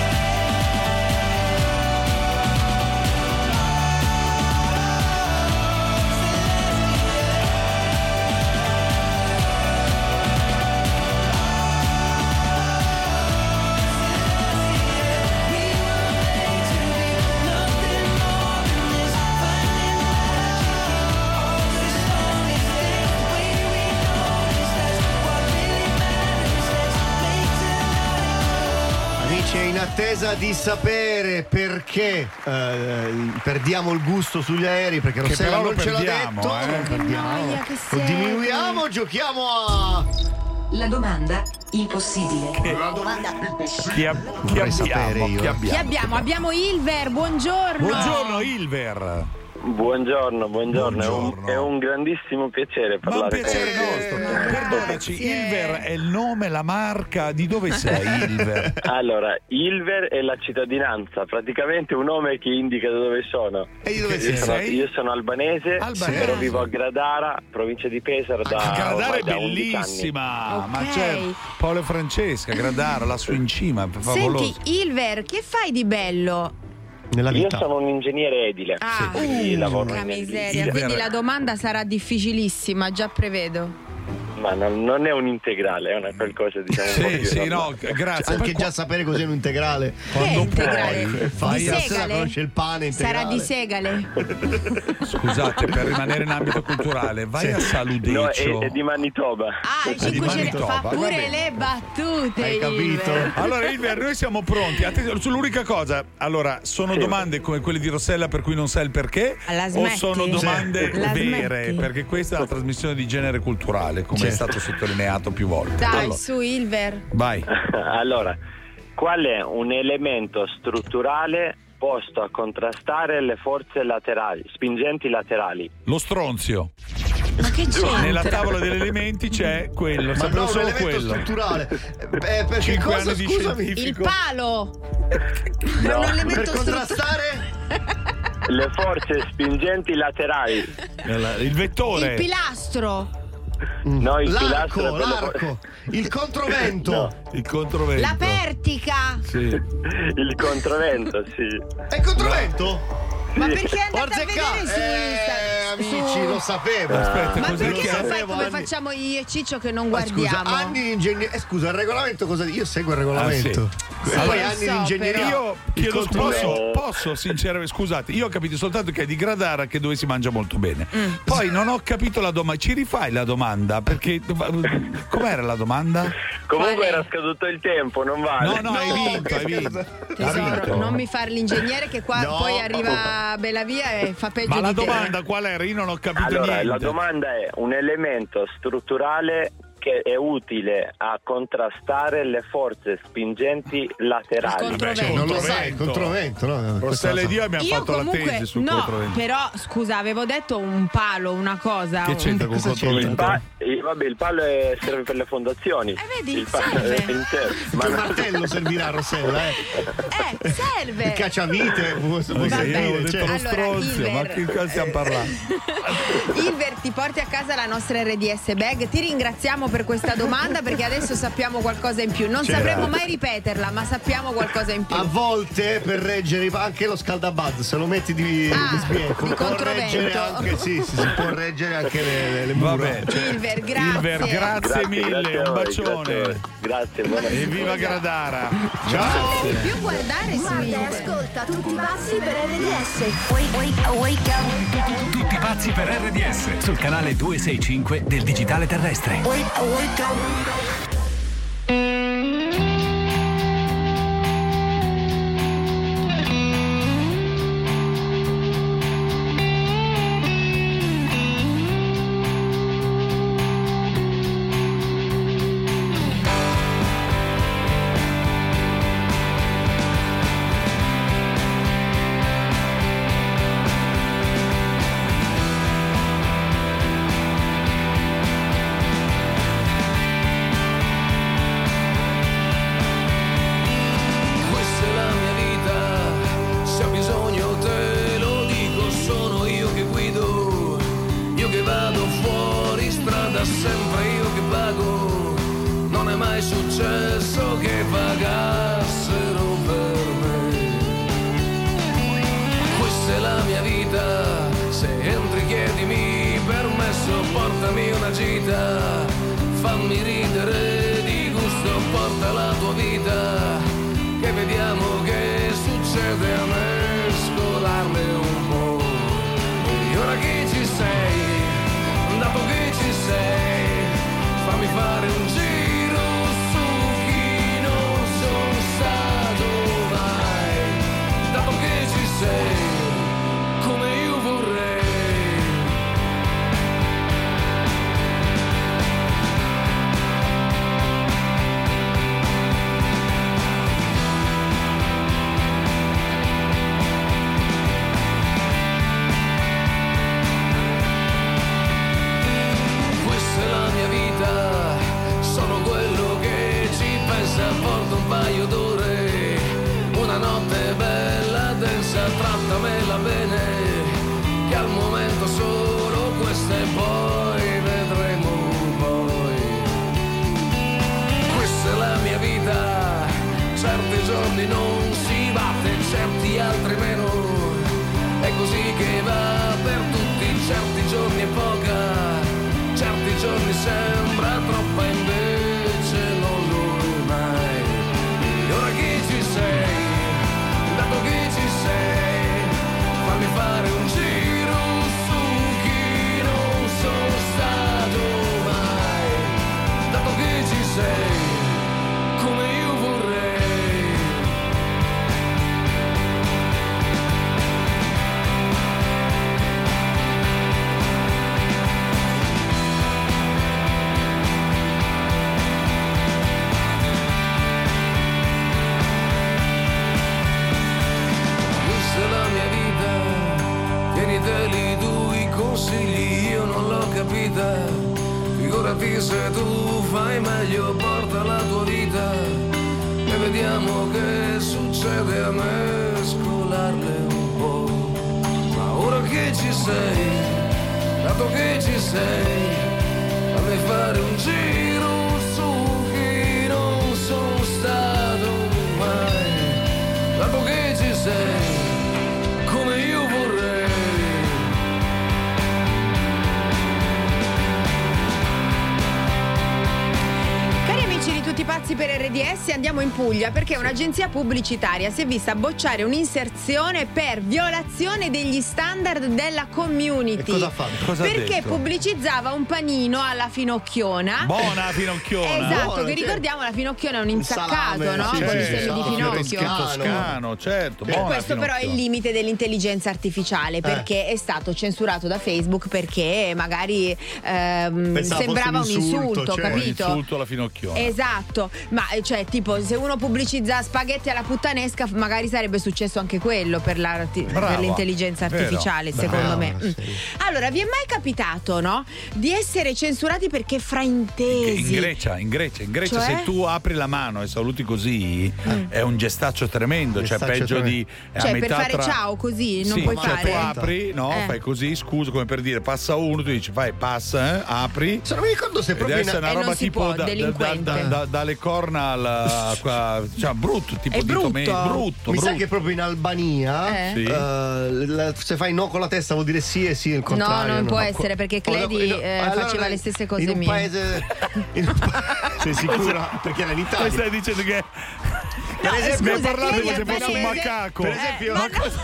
Amici, è in attesa di sapere perché perdiamo il gusto sugli aerei, perché Rossella però non lo ce l'ha perdiamo, detto. eh. Non perdiamo. noia che Lo diminuiamo, giochiamo a La domanda impossibile. La domanda Chi abbiamo? Abbiamo Ilver, buongiorno. Buongiorno Ilver. Buongiorno. È un grandissimo piacere parlare con te. Perdonaci, Ilver è il nome, la marca, di dove sei Ilver? Allora, Ilver è la cittadinanza, praticamente un nome che indica da dove sono. E di dove sei? Io sono albanese, però vivo a Gradara, provincia di Pesaro Gradara è da 11 bellissima, anni. ma c'è Paolo e Francesca, Gradara, lassù in cima, favoloso. Senti, Ilver, che fai di bello? Io sono un ingegnere edile. Quindi lavoro Porca in miseria, edile. quindi la domanda sarà difficilissima, già prevedo. Ma non è un integrale, è una qualcosa diciamo un po' più normale. grazie. Anche già sapere cos'è un integrale. Quando integrale? Fai Di a segale? conosce il pane integrale. Sarà di segale. Scusate, per rimanere in ambito culturale, vai a Saludecio. No, è di Manitoba. Ah, il 5 fa pure le battute. Hai capito? Ilver. Allora Ilver, noi siamo pronti. Attenzione, sull'unica cosa, allora, sono domande come quelle di Rossella per cui non sai il perché? La O smetti? sono domande La vere? smetti? Perché questa è la trasmissione di genere culturale, come è stato sottolineato più volte. Dai, Allora, su Ilver. vai. Allora, qual è un elemento strutturale posto a contrastare le forze laterali, spingenti laterali? Lo stronzio. Ma che c'entra? Nella tavola degli elementi c'è quello, Ma sapevo no, un solo elemento quello. strutturale. Perché 5 cosa, anni di scusami? Il scientifico. palo. No. Un elemento Per contrastare Le forze spingenti laterali. Il vettore. Il pilastro. No, il l'arco, pilastro è quello- l'arco, il controvento. No. Il controvento. La pertica. Sì. Il controvento, sì. È il controvento? Ma perché andate a Orzecca, vedere su Instagram? amici, lo sapevo. Aspetta, Ma cos'è perché che non fai sapevo, come Anni? facciamo io e Ciccio che non Ma scusa, guardiamo? anni di ingegneria. Scusa, il regolamento cosa dice? Io seguo il regolamento. Sì, Poi lo anni so, di ingegneria. però. Io Il chiedo controllo- posso sinceramente, scusate, io ho capito soltanto che è di Gradara che dove si mangia molto bene. Poi non ho capito la domanda. Ci rifai la domanda? Perché com'era la domanda? Comunque era scaduto il tempo, non vale. No, hai vinto, hai vinto. Ha Tesoro, vinto. non mi fare l'ingegnere che qua No. poi arriva Bellavia e fa peggio Ma la di te. domanda qual era? Io non ho capito Allora, niente. la domanda è un elemento strutturale che è utile a contrastare le forze spingenti laterali. Non lo sai, il controvento, no? Rossella ed io abbiamo Io fatto la comunque tesi sul no, controvento. però scusa, avevo detto un palo, una cosa. Che c'entra con il controvento? Vabbè, il palo serve per le fondazioni. vedi, il palo serve. è intero. Ma il martello servirà a Rossella, serve. Il cacciavite può Io avevo servire. detto lo Allora, stronzio, ma Ilver. che cosa stiamo parlando? Ilver, ti porti a casa la nostra RDS bag. Ti ringraziamo per questa domanda perché adesso sappiamo qualcosa in più. Non Certo. sapremo mai ripeterla, ma sappiamo qualcosa in più. A volte per reggere anche lo scaldabuzz, se lo metti di sbiecco, di può controvento. reggere anche, sì, si può reggere anche le mura. Vabbè, Ilver, grazie. Ilver, grazie mille, grazie a un voi, bacione. Grazie, buona E viva Gradara. Ciao. Devi più guardare su Guarda e Ilver. ascolta tutti pazzi per RDS. Wake up. Tutti pazzi per RDS sul canale 265 del digitale terrestre. Wake up. Questa è la mia vita, se ho bisogno te lo dico, sono io che guido, io che vado fuori strada, sempre io che pago, non è mai successo che pagassero per me. Questa è la mia vita, se entri chiedimi permesso, portami una gita, fammi ridere di gusto, porta la tua vita, che vediamo che succede a mescolarle un po'. E ora che ci sei, dato che ci sei, fammi fare un giro su chi non sono stato mai, dato che ci sei, come io vorrei. resta solo questo e poi vedremo poi. Questa è la mia vita, certi giorni non si batte, certi altri meno, è così che va per tutti, certi giorni è poca, certi giorni sembra troppa, invece non lo è mai. E ora che ci sei, dato che ci sei, fammi fare un giro su chi non sono stato mai, dato che ci sei, come io vorrei. Tieniteli tu i consigli, io non l'ho capita. Figurati se tu fai meglio, porta la tua vita e vediamo che succede a mescolarle un po'. Ma ora che ci sei, dato che ci sei, fammi fare un giro su chi non sono stato mai, dato che ci sei, come io vorrei. Di tutti pazzi per RDS, andiamo in Puglia perché un'agenzia pubblicitaria si è vista bocciare un'inserzione per violazione degli standard della community. E cosa ha fatto? Cosa ha perché detto? pubblicizzava un panino alla finocchiona. Buona Finocchiona. Esatto, Buona, che ricordiamo la finocchiona è un insaccato, salame, no? sì, Con i sì, semi di sì, Pinocchio. Toscano, certo. E questo però è il limite dell'intelligenza artificiale, perché è stato censurato da Facebook perché magari sembrava un insulto, cioè. capito? Un insulto alla Finocchiona. Esatto, ma cioè tipo se uno pubblicizza spaghetti alla puttanesca magari sarebbe successo anche quello per l'intelligenza artificiale, vero, secondo brava, me. sì. Allora, vi è mai capitato, no? Di essere censurati perché fraintesi? In Grecia Cioè? se tu apri la mano e saluti così è un gestaccio tremendo, cioè Gestaccio peggio tremendo. di a Cioè per metà fare tra... ciao così non Sì, puoi cioè fare. tu apri, no? Fai così, scusa, come per dire passa uno, tu dici fai passa, apri. Se non mi ricordo se Ed proprio deve essere una E non roba si tipo può, delinquente. dalle corna alla cioè brutto, tipo È di brutto. brutto. Mi sa che proprio in Albania Sì. se fai no con la testa vuol dire sì e sì il contrario. No, non può essere perché Cledi faceva le stesse cose in un mie. paese sei sicura? Perché era in Italia. Mi stai dicendo che Per esempio, mi hai scusa, parlato Cledi come se fosse un albanese- macaco. Per esempio,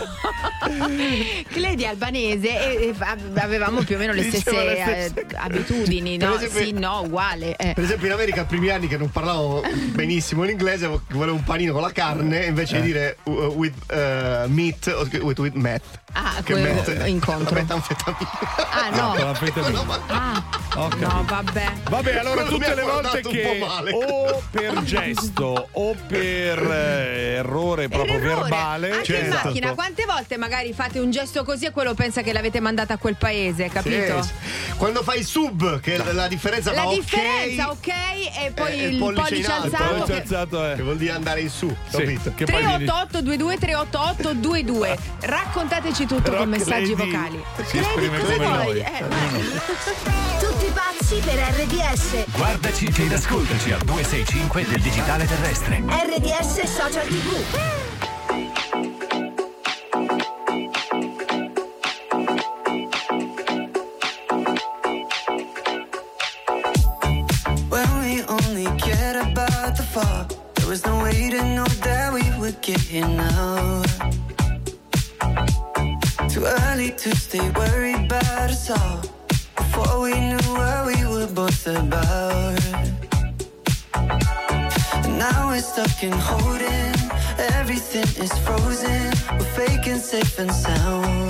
Cledi è albanese e avevamo più o meno le Diceva stesse, le stesse- abitudini, no? Per esempio- Sì, no, uguale. Per esempio in America, ai primi anni che non parlavo benissimo l'inglese, volevo un panino con la carne invece di dire with meat o with meth. Ah, che quello meth incontro. la metanfetamina. Ah, no. Con l'anfetamina. Ah, Ok. no, vabbè. Vabbè, allora Quello mi tutte ha le volte guardato un che po' male. o per gesto o per errore proprio Errore. verbale, Anche in esatto. macchina, quante volte magari fate un gesto così e quello pensa che l'avete mandata a quel paese, capito? Sì. Quando fai il sub, che è la differenza La tra differenza, ok, e poi il pollice in alto. alzato. Il pollice alzato che vuol dire andare in su, Sì, capito? che poi vieni- 388 22 388 22. Raccontateci tutto Però con messaggi Cledi vocali. si esprime cosa come vuoi? noi. Tutti pazzi per RDS. Guardaci ed ascoltaci al 265 del digitale terrestre. RDS Social TV. When we only cared about the fall, there was no way to know that we would get here now. Too early to stay worried about us all, before we knew what we were both about. And now we're stuck in holding, everything is frozen, we're faking safe and sound.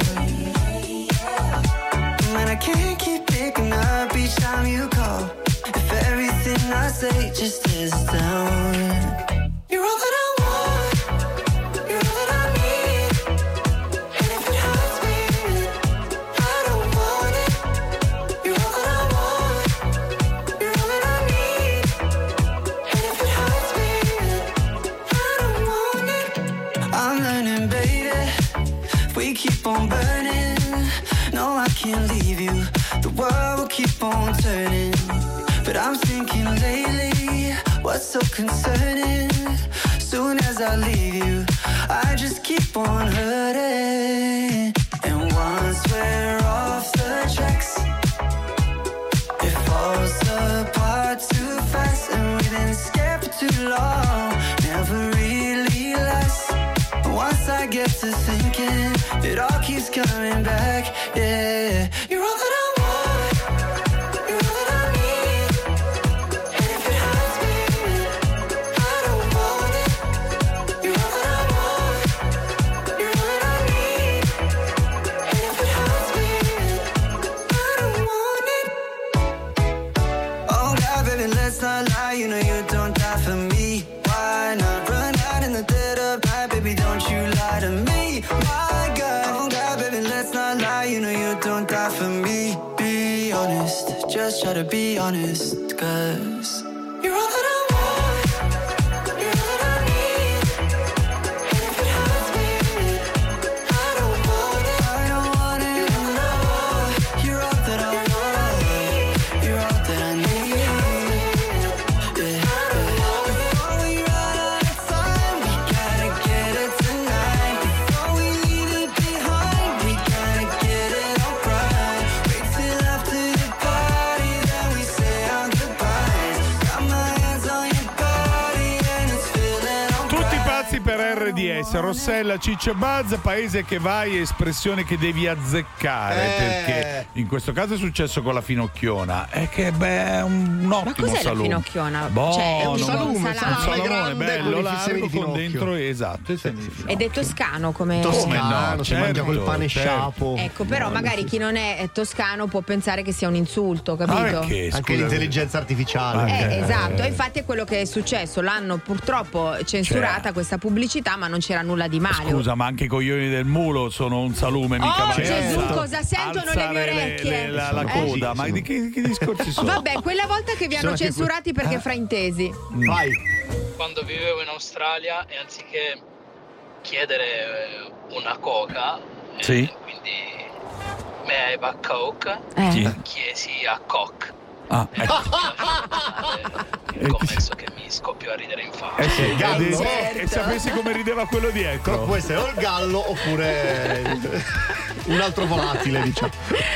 Man, I can't keep picking up each time you call, if everything I say just is down. You're all that I want, you're all that I need, and if it hurts me, I don't want it. You're all that I want, you're all that I need, and if it hurts me, I don't want it. I'm learning, baby, if we keep on burning, no, I can't keep on turning. But I'm thinking lately, what's so concerning? Soon as I leave you, I just keep on hurting. And once we're off the tracks, it falls apart too fast. And we've been scared for too long, never really lasts. Once I get to thinking, it all keeps coming back, yeah. You're all that I want, you're all that I need. And if it hurts me, I don't want it. You're all that I want, you're all that I need. And if it hurts me, I don't want it. Oh God, baby, let's not lie, you know you don't die for me. Why not run out in the dead of night, baby, don't you lie to me. My God, oh God, baby, let's not lie, you know you don't die for me. Be honest, just try to be honest, 'cause you're all that I want, you're all that I need. And if it hurts me, I don't want it, I don't want it. You're all that I want, you're all that I need. Yeah. Before we run out of time, we gotta get it tonight. Before we leave it behind, we gotta get it all right. Wait till after the party, then we say our goodbyes. Got my hands on your body and it's feeling alright. Tutti pazzi per RDS, Rossella, Ciccio e Buzz, paese che vai, espressione che devi azzeccare, perché in questo caso è successo con la finocchiona. È che è un ottimo Ma cos'è salume. la finocchiona? Buono, Cioè, è un un salame salmone grande bello, con i semi largo, di con finocchio. dentro, esatto. Ed è toscano come... Toscano, si mangia col pane certo. sciapo. Ecco, però magari chi non è toscano può pensare che sia un insulto, capito? Anche l'intelligenza artificiale. Esatto, e infatti è quello che è successo. L'hanno purtroppo censurata questa pubblicità, ma non c'era nulla di male. Scusa, ma anche i coglioni del mulo sono un salume, mica Oh basta Gesù, cosa sentono le mie orecchie? la coda, ma di che discorsi sono? Vabbè, quella volta che vi hanno censurati perché fraintesi. Vai. Quando vivevo in Australia e anziché chiedere una coca, Sì. quindi may I have a coke, Sì. chiesi a cock. Ah, ecco. Il commesso che mi scoppiò a ridere in faccia. Sì, Gallo. e sapessi come rideva quello dietro. Può essere o il gallo oppure un altro volatile, diciamo.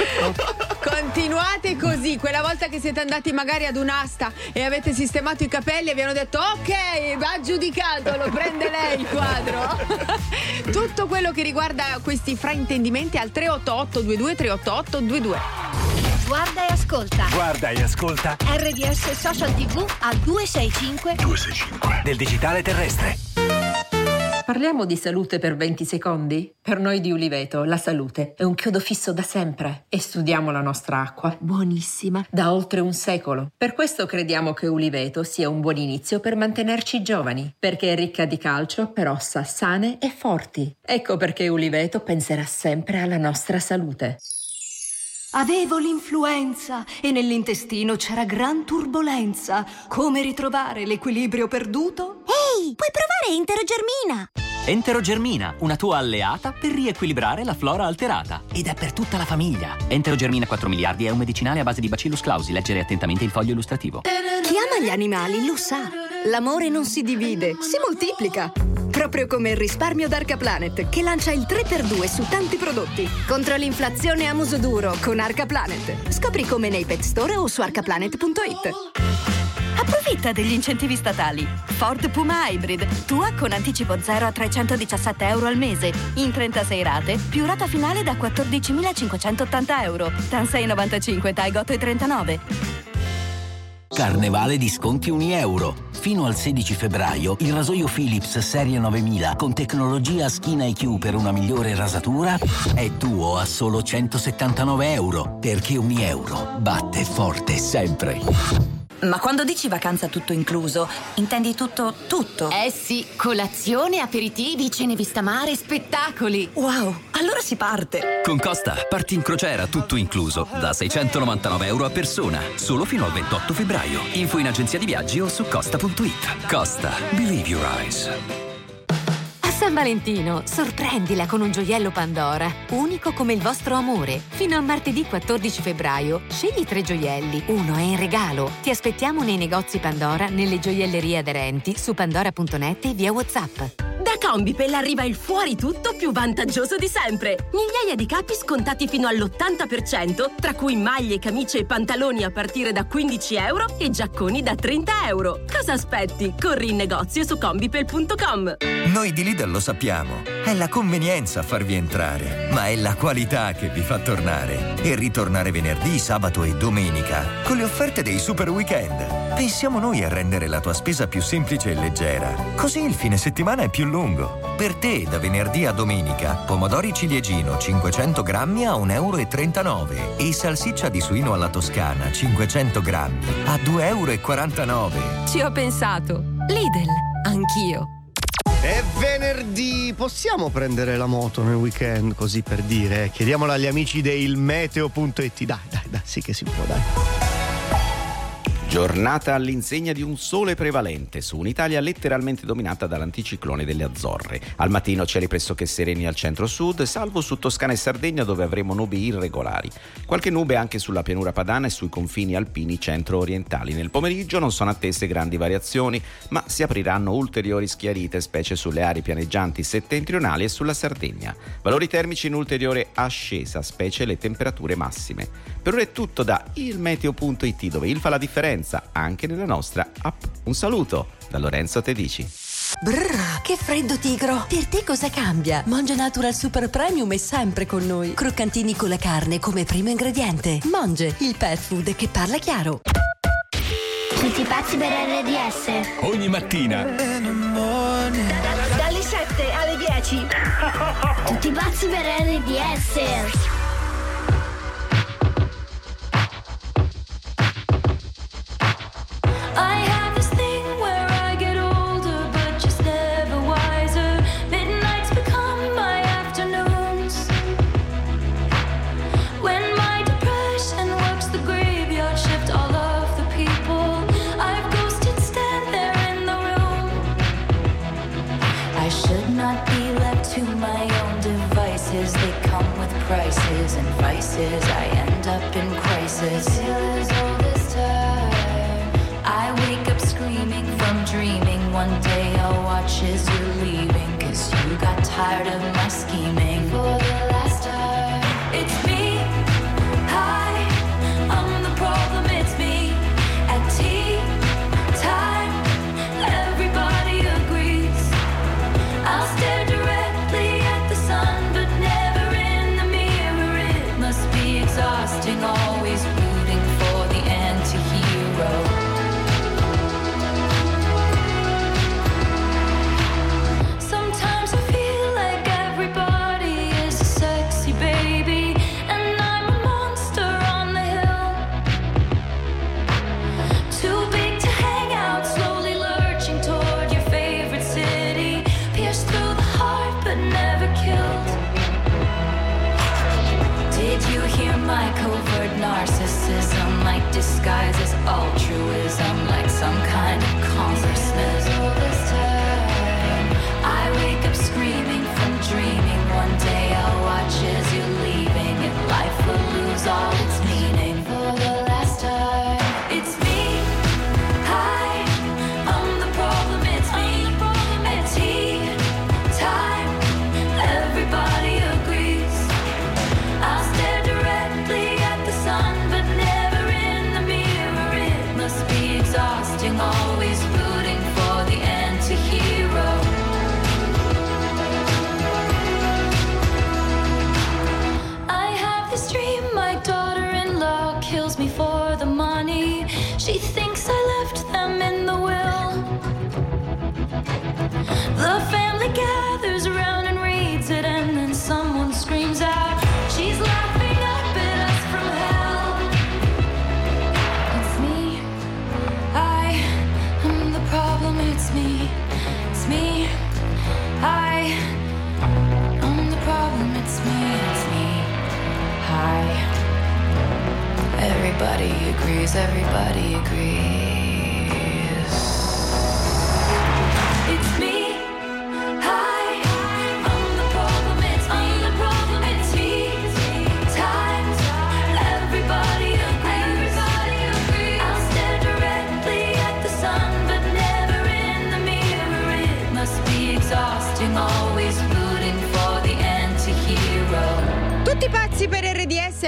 Continuate così. Quella volta che siete andati magari ad un'asta e avete sistemato i capelli e vi hanno detto ok, va giudicato, lo prende lei il quadro. Tutto quello che riguarda questi fraintendimenti al 388 22 388 22. Guarda e ascolta. Guarda e ascolta RDS Social TV al 265 del digitale terrestre. Parliamo di salute per 20 secondi? Per noi di Uliveto la salute è un chiodo fisso da sempre e studiamo la nostra acqua, buonissima, da oltre un secolo. Per questo crediamo che Uliveto sia un buon inizio per mantenerci giovani, perché è ricca di calcio per ossa sane e forti. Ecco perché Uliveto penserà sempre alla nostra salute. Avevo l'influenza e nell'intestino c'era gran turbolenza. Come ritrovare l'equilibrio perduto? Ehi, puoi provare Enterogermina! Enterogermina, una tua alleata per riequilibrare la flora alterata. Ed è per tutta la famiglia. Enterogermina 4 miliardi è un medicinale a base di Bacillus clausi. Leggere attentamente il foglio illustrativo. Chi ama gli animali lo sa. L'amore non si divide, si moltiplica. Proprio come il risparmio d'Arca Planet, che lancia il 3x2 su tanti prodotti. Contro l'inflazione a muso duro con Arca Planet. Scopri come nei pet store o su arcaplanet.it. Approfitta degli incentivi statali. Ford Puma Hybrid, tua con anticipo 0 a 317 euro al mese, in 36 rate, più rata finale da 14.580 euro. TAN 6,95, TAG 8,39. Carnevale di sconti €1. Fino al 16 febbraio il rasoio Philips Serie 9000 con tecnologia Skin IQ per una migliore rasatura è tuo a solo €179, perché €1 batte forte sempre. Ma quando dici vacanza tutto incluso, intendi tutto? Eh sì, colazione, aperitivi, cene vista mare, spettacoli. Wow, allora si parte! Con Costa parti in crociera tutto incluso da €699 a persona, solo fino al 28 febbraio. Info in agenzia di viaggi o su costa.it. Costa, believe your eyes. San Valentino, sorprendila con un gioiello Pandora, unico come il vostro amore. Fino a martedì 14 febbraio, scegli 3 gioielli, uno è in regalo. Ti aspettiamo nei negozi Pandora, nelle gioiellerie aderenti, su pandora.net e via WhatsApp. Da Combipel arriva il fuori tutto più vantaggioso di sempre. Migliaia di capi scontati fino all'80%, tra cui maglie, camicie e pantaloni a partire da 15 euro e giacconi da 30 euro. Cosa aspetti? Corri in negozio su combipel.com. Noi di Lidl lo sappiamo. È la convenienza a farvi entrare, ma è la qualità che vi fa tornare. E ritornare venerdì, sabato e domenica con le offerte dei super weekend. Pensiamo noi a rendere la tua spesa più semplice e leggera. Così il fine settimana è più lungo. Per te, da venerdì a domenica, pomodori ciliegino 500 grammi a 1,39 euro e salsiccia di suino alla toscana 500 grammi a 2,49 euro. Ci ho pensato. Lidl, anch'io. È venerdì, possiamo prendere la moto nel weekend, così per dire? Chiediamola agli amici del meteo.it. Dai, sì che si può, dai. Giornata all'insegna di un sole prevalente su un'Italia letteralmente dominata dall'anticiclone delle Azzorre. Al mattino cieli pressoché sereni al centro-sud, salvo su Toscana e Sardegna dove avremo nubi irregolari. Qualche nube anche sulla pianura padana e sui confini alpini centro-orientali. Nel pomeriggio non sono attese grandi variazioni, ma si apriranno ulteriori schiarite, specie sulle aree pianeggianti settentrionali e sulla Sardegna. Valori termici in ulteriore ascesa, specie le temperature massime. Per ora è tutto da ilmeteo.it, dove il fa la differenza anche nella nostra app. Un saluto da Lorenzo Tedici. Brrr, che freddo tigro! Per te cosa cambia? Monge Natural Super Premium è sempre con noi. Croccantini con la carne come primo ingrediente. Monge, il pet food che parla chiaro. Tutti pazzi per RDS. Ogni mattina Dalle 7 alle 10. Tutti pazzi per RDS. I have this thing where I get older, but just never wiser. Midnights become my afternoons. When my depression works the graveyard shift, all of the people I've ghosted stand there in the room. I should not be left to my own devices. They come with prices and vices. I end up in crisis. Still as old as time. I wake up screaming from dreaming. One day I'll watch as you're leaving, 'cause you got tired of my scheming. For the last time, it's me. Hi, I'm the problem, it's me. At tea time, everybody agrees. I'll stare directly at the sun, but never in the mirror. It must be exhausting, always rooting for the anti-hero. My covert narcissism, like disguises altruism, like some kind of consciousness. All this time, I wake up screaming from dreaming. One day I'll watch as you're leaving, and life will lose all its meaning. For the last time, it's me. Hi, I'm the problem, it's me. At tea time, everybody agrees. I'll stare directly at the sun, but never in the mirror. It must be exhausting, always rooting for the anti-hero. I have this dream, my daughter-in-law kills me for the money. She thinks I left them in the will. The family gathers around and reads it, and then someone screams out, she's laughing up at us from hell. It's me. I am the problem. It's me. It's me. I am the problem. It's me. It's me. Hi. Everybody agrees. Everybody agrees. It's me. Hi.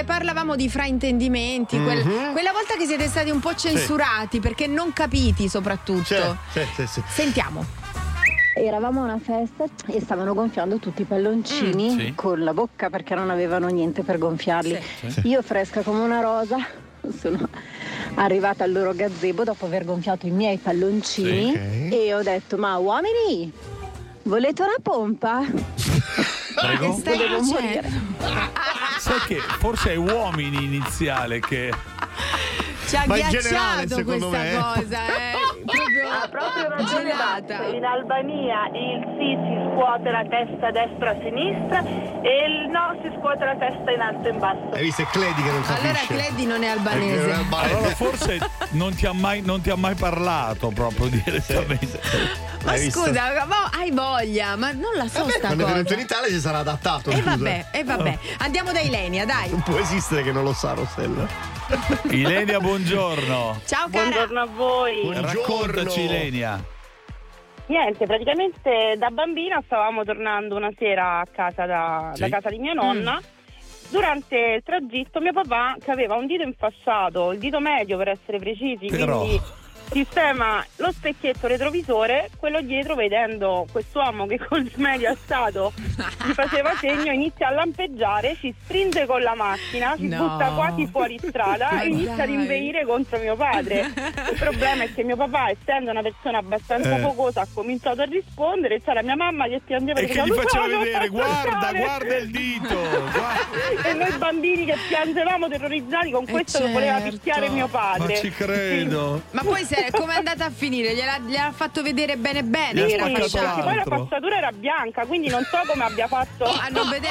mentre parlavamo di fraintendimenti, quella volta che siete stati un po' censurati perché non capiti soprattutto. Sì. Sentiamo. Eravamo a una festa e stavano gonfiando tutti i palloncini con la bocca perché non avevano niente per gonfiarli. Sì. Io fresca come una rosa sono arrivata al loro gazebo dopo aver gonfiato i miei palloncini e ho detto: ma uomini, volete una pompa? Prego? Volevo morire. Sai che forse è uomini iniziale che ci ha Ma in generale, ghiacciato secondo questa me. cosa, proprio ragione gelata. Max. In Albania il sì si scuote la testa destra-sinistra e il no si scuote la testa in alto e in basso. Hai visto? È Cledi che non capisce. Allora Cledi non è albanese. allora forse non ti ha mai parlato proprio direttamente. Ma Hai visto? scusa, ma hai voglia, ma non la so sta Quando è cosa. venuto in Italia si sarà adattato. E scusa. vabbè. Andiamo da Ilenia, dai. Non può esistere che non lo sa, Rossella. Ilenia, buongiorno. Ciao cara. Buongiorno a voi. Raccontaci, Ilenia. Niente, praticamente da bambina stavamo tornando una sera a casa da casa di mia nonna. Durante il tragitto mio papà, che aveva un dito infasciato, il dito medio per essere precisi, quindi sistema lo specchietto retrovisore, quello dietro, vedendo quest'uomo che col medio alzato gli faceva segno, inizia a lampeggiare, si stringe con la macchina, si butta quasi fuori strada e inizia ad inveire contro mio padre. Il problema è che mio papà, essendo una persona abbastanza focosa, ha cominciato a rispondere, c'era mia mamma che piangeva E che gli faceva vedere, guarda il dito, e noi bambini che piangevamo terrorizzati con questo che voleva picchiare mio padre. Ma ci credo. Ma poi come è andata a finire? Gliel'ha fatto vedere bene Sì, che era perché fasciato. poi la fasciatura era bianca, quindi non so come abbia fatto a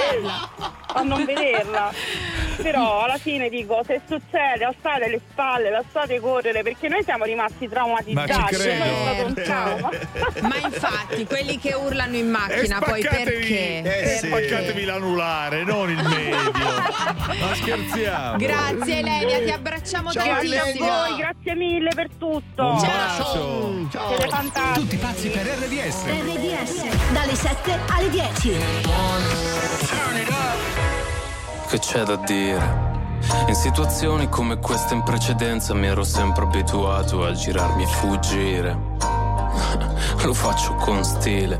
non vederla. Però alla fine dico, se succede, alzate le spalle, lasciate correre, perché noi siamo rimasti traumatizzati. Ma ci credo. È stato un trauma. Ma infatti quelli che urlano in macchina poi perché? Spaccatevi l'anulare, non il medio. Ma scherziamo. Grazie Ilenia, ti abbracciamo Grazie a tantissimo. voi, grazie mille per tutto. Un bacio. Siete fantastici. Tutti pazzi per RDS. RDS, dalle 7 alle 10. Che c'è da dire? In situazioni come queste in precedenza mi ero sempre abituato a girarmi e fuggire. Lo faccio con stile.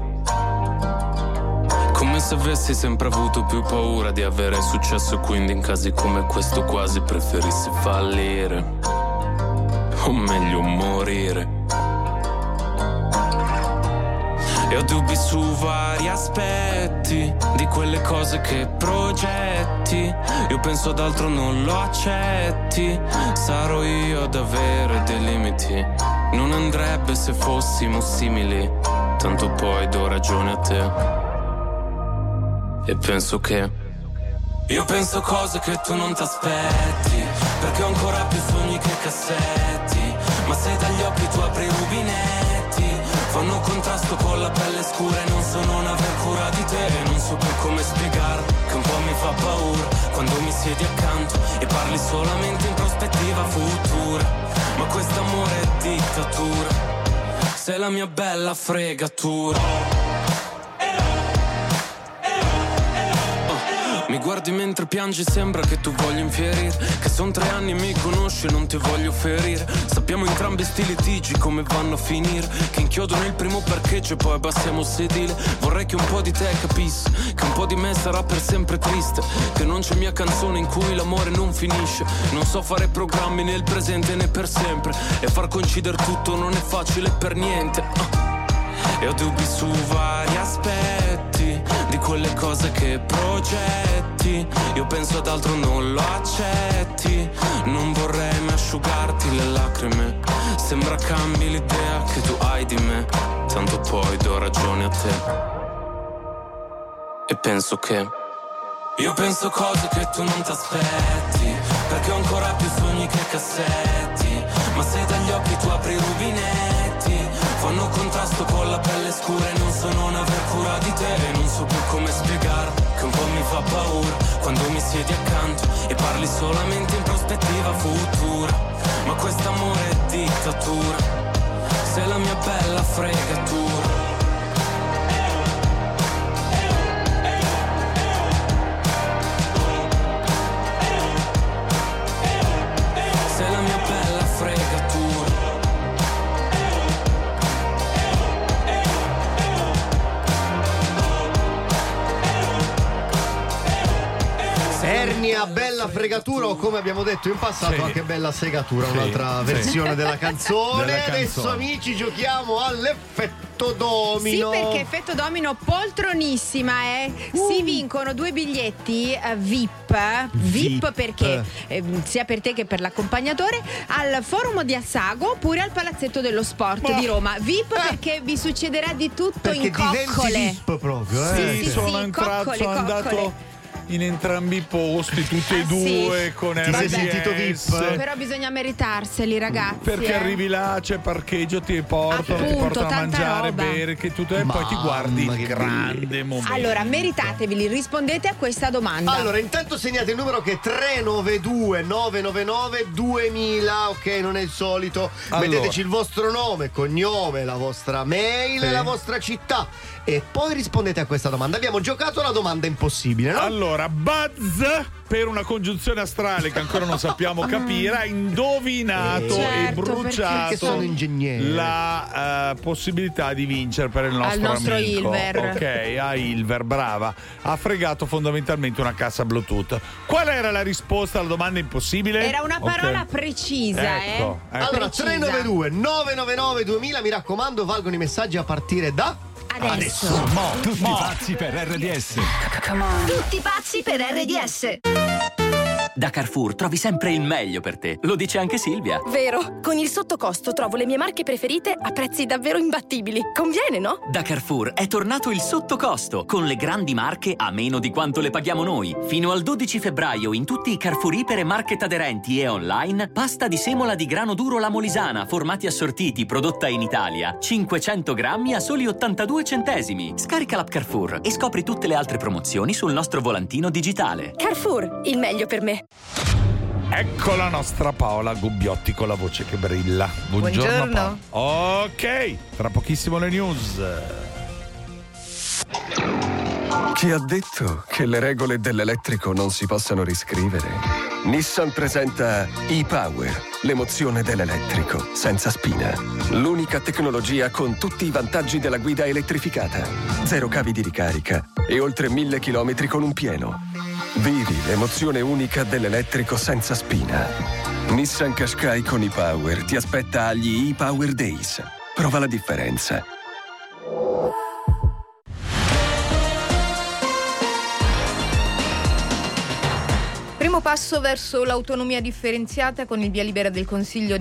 Come se avessi sempre avuto più paura di avere successo e quindi in casi come questo quasi preferissi fallire. O meglio morire. E ho dubbi su vari aspetti di quelle cose che progetti. Io penso ad altro, non lo accetti. Sarò io ad avere dei limiti. Non andrebbe se fossimo simili. Tanto poi do ragione a te. E penso che io penso cose che tu non t'aspetti, perché ho ancora più sogni che cassetti. Ma se dagli occhi tu apri i rubinetti, fanno contrasto con la pelle scura e non so non aver cura di te. E non so più come spiegarlo, che un po' mi fa paura quando mi siedi accanto e parli solamente in prospettiva futura. Ma quest'amore è dittatura, sei la mia bella fregatura. Mi guardi mentre piangi, sembra che tu voglia infierire, che son 3 anni e mi conosci e non ti voglio ferire. Sappiamo entrambi sti litigi come vanno a finire, che inchiodono il primo parcheggio e poi abbassiamo il sedile. Vorrei che un po' di te capisse che un po' di me sarà per sempre triste, che non c'è mia canzone in cui l'amore non finisce. Non so fare programmi nel presente né per sempre, e far coincidere tutto non è facile per niente. E ho dubbi su vari aspetti di quelle cose che progetti. Io penso ad altro, non lo accetti. Non vorrei mai asciugarti le lacrime. Sembra cambi l'idea che tu hai di me. Tanto poi do ragione a te. E penso che io penso cose che tu non t'aspetti, perché ho ancora più sogni che cassetti. Ma se dagli occhi tu apri i rubinetti, fanno contrasto con la pelle scura e non so non aver cura di te. E non so più come spiegarlo, che un po' mi fa paura quando mi siedi accanto e parli solamente in prospettiva futura. Ma quest'amore è dittatura, sei la mia bella fregatura. fregatura. Ernia, bella fregatura, o come abbiamo detto in passato anche bella segatura, un'altra versione della canzone. Adesso amici giochiamo all'effetto domino. Sì, perché effetto domino poltronissima, si vincono 2 biglietti VIP perché sia per te che per l'accompagnatore al Forum di Assago oppure al Palazzetto dello Sport di Roma. VIP perché vi succederà di tutto perché in coccole. VIP proprio, Sì, sono entrato, sono andato in entrambi i posti, tutti e due, con RDS. Ti sei sentito VIP? Però bisogna meritarseli, ragazzi. Perché arrivi là, c'è parcheggio, ti portano a mangiare, roba. bere, che tutto, e poi ti guardi il grande momento. Allora, meritatevi, rispondete a questa domanda. Allora, intanto segnate il numero che è 392 999 2000, ok, non è il solito. Allora. Metteteci il vostro nome, cognome, la vostra mail, la vostra città e poi rispondete a questa domanda. Abbiamo giocato alla domanda impossibile, no? Allora, Buzz, per una congiunzione astrale che ancora non sappiamo capire, ha indovinato e bruciato perché sono ingegnere. la possibilità di vincere per il nostro amico. Ilver. Ok, a Ilver, brava. Ha fregato fondamentalmente una cassa Bluetooth. Qual era la risposta alla domanda impossibile? Era una parola precisa, ecco. Allora, precisa. 392 999 2000, mi raccomando, valgono i messaggi a partire da adesso. Tutti pazzi per RDS. Tutti pazzi per RDS. Da Carrefour trovi sempre il meglio per te. Lo dice anche Silvia. Vero, con il sottocosto trovo le mie marche preferite a prezzi davvero imbattibili. Conviene, no? Da Carrefour è tornato il sottocosto, con le grandi marche a meno di quanto le paghiamo noi. Fino al 12 febbraio in tutti i Carrefour Iper e Market aderenti e online, pasta di semola di grano duro La Molisana, formati assortiti, prodotta in Italia, 500 grammi a soli 82 centesimi. Scarica l'app Carrefour e scopri tutte le altre promozioni sul nostro volantino digitale. Carrefour, il meglio per me. Ecco la nostra Paola Gubbiotti con la voce che brilla. Buongiorno. Paola. Ok, tra pochissimo le news. Chi ha detto che le regole dell'elettrico non si possano riscrivere? Nissan presenta e-Power, l'emozione dell'elettrico, senza spina. L'unica tecnologia con tutti i vantaggi della guida elettrificata. 0 cavi di ricarica e oltre 1000 chilometri con un pieno. Vivi l'emozione unica dell'elettrico senza spina. Nissan Qashqai con e-Power ti aspetta agli e-Power Days. Prova la differenza. Primo passo verso l'autonomia differenziata con il via libera del Consiglio